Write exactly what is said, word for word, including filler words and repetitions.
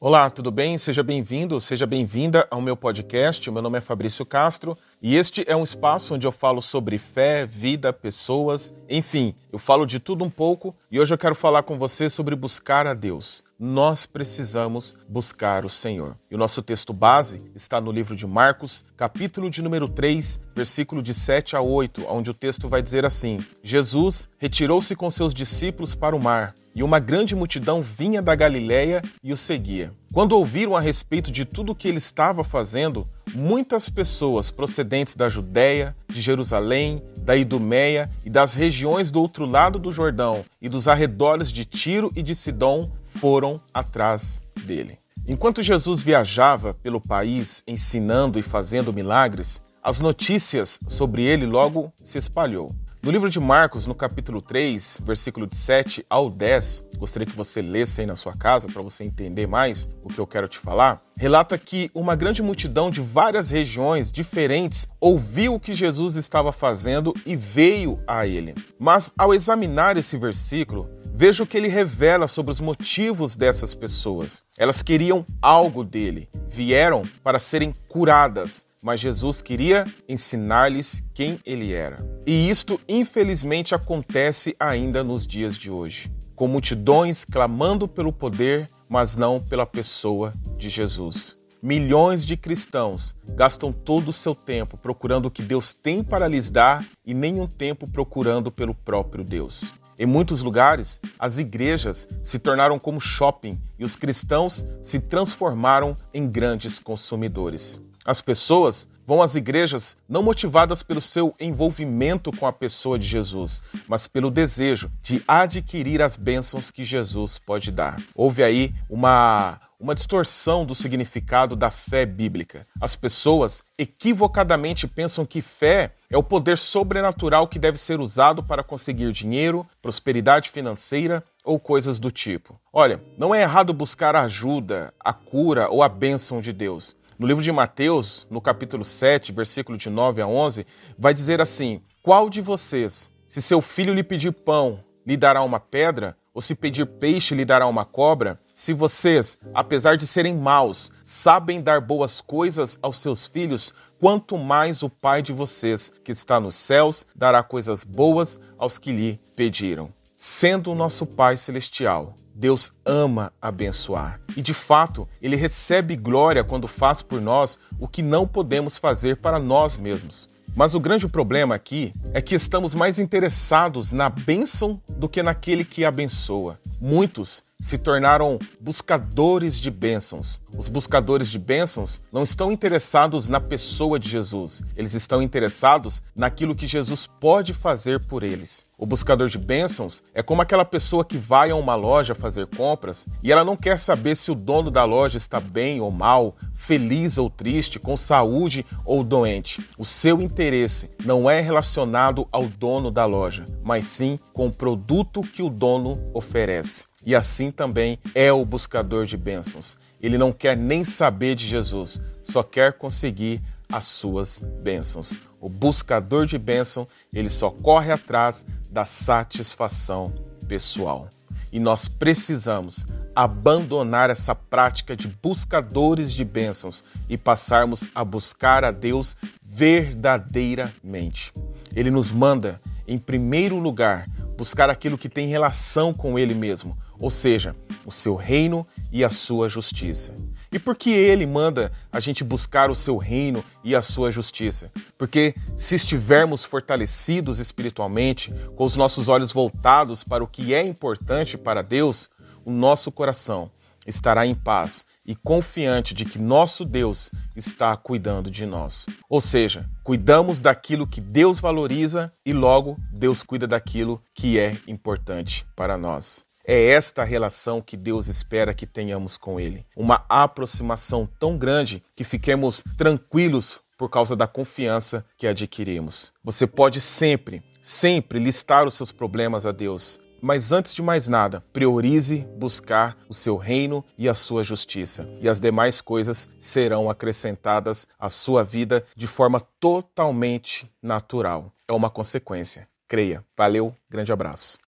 Olá, tudo bem? Seja bem-vindo, seja bem-vinda ao meu podcast. O meu nome é Fabrício Castro e este é um espaço onde eu falo sobre fé, vida, pessoas, enfim, eu falo de tudo um pouco e hoje eu quero falar com você sobre buscar a Deus. Nós precisamos buscar o Senhor. E o nosso texto base está no livro de Marcos, capítulo de número três, versículo de sete a oito, onde o texto vai dizer assim: Jesus retirou-se com seus discípulos para o mar, e uma grande multidão vinha da Galiléia e o seguia. Quando ouviram a respeito de tudo o que ele estava fazendo, muitas pessoas procedentes da Judéia, de Jerusalém, da Idumeia e das regiões do outro lado do Jordão e dos arredores de Tiro e de Sidom foram atrás dele. Enquanto Jesus viajava pelo país ensinando e fazendo milagres, as notícias sobre ele logo se espalhou. No livro de Marcos, no capítulo três, versículo de sete ao dez, gostaria que você lesse aí na sua casa para você entender mais o que eu quero te falar, relata que uma grande multidão de várias regiões diferentes ouviu o que Jesus estava fazendo e veio a ele. Mas ao examinar esse versículo, veja o que ele revela sobre os motivos dessas pessoas. Elas queriam algo dele, vieram para serem curadas, mas Jesus queria ensinar-lhes quem ele era. E isto, infelizmente, acontece ainda nos dias de hoje, com multidões clamando pelo poder, mas não pela pessoa de Jesus. Milhões de cristãos gastam todo o seu tempo procurando o que Deus tem para lhes dar e nenhum tempo procurando pelo próprio Deus. Em muitos lugares, as igrejas se tornaram como shopping e os cristãos se transformaram em grandes consumidores. As pessoas vão às igrejas não motivadas pelo seu envolvimento com a pessoa de Jesus, mas pelo desejo de adquirir as bênçãos que Jesus pode dar. Houve aí uma, uma distorção do significado da fé bíblica. As pessoas equivocadamente pensam que fé é o poder sobrenatural que deve ser usado para conseguir dinheiro, prosperidade financeira ou coisas do tipo. Olha, não é errado buscar a ajuda, a cura ou a bênção de Deus. No livro de Mateus, no capítulo sete, versículo de nove a onze, vai dizer assim: qual de vocês, se seu filho lhe pedir pão, lhe dará uma pedra? Ou se pedir peixe, lhe dará uma cobra? Se vocês, apesar de serem maus, sabem dar boas coisas aos seus filhos, quanto mais o Pai de vocês, que está nos céus, dará coisas boas aos que lhe pediram. Sendo o nosso Pai Celestial, Deus ama abençoar. E de fato, Ele recebe glória quando faz por nós o que não podemos fazer para nós mesmos. Mas o grande problema aqui é que estamos mais interessados na bênção do que naquele que abençoa. Muitos se tornaram buscadores de bênçãos. Os buscadores de bênçãos não estão interessados na pessoa de Jesus. Eles estão interessados naquilo que Jesus pode fazer por eles. O buscador de bênçãos é como aquela pessoa que vai a uma loja fazer compras e ela não quer saber se o dono da loja está bem ou mal, feliz ou triste, com saúde ou doente. O seu interesse não é relacionado ao dono da loja, mas sim com o produto que o dono oferece. E assim também é o buscador de bênçãos. Ele não quer nem saber de Jesus, só quer conseguir as suas bênçãos. O buscador de bênção, ele só corre atrás da satisfação pessoal. E nós precisamos abandonar essa prática de buscadores de bênçãos e passarmos a buscar a Deus verdadeiramente. Ele nos manda, em primeiro lugar, buscar aquilo que tem relação com Ele mesmo, ou seja, o seu reino e a sua justiça. E por que Ele manda a gente buscar o seu reino e a sua justiça? Porque se estivermos fortalecidos espiritualmente, com os nossos olhos voltados para o que é importante para Deus, o nosso coração estará em paz e confiante de que nosso Deus está cuidando de nós. Ou seja, cuidamos daquilo que Deus valoriza e logo Deus cuida daquilo que é importante para nós. É esta a relação que Deus espera que tenhamos com Ele. Uma aproximação tão grande que fiquemos tranquilos por causa da confiança que adquirimos. Você pode sempre, sempre listar os seus problemas a Deus. Mas antes de mais nada, priorize buscar o seu reino e a sua justiça. E as demais coisas serão acrescentadas à sua vida de forma totalmente natural. É uma consequência. Creia. Valeu, grande abraço.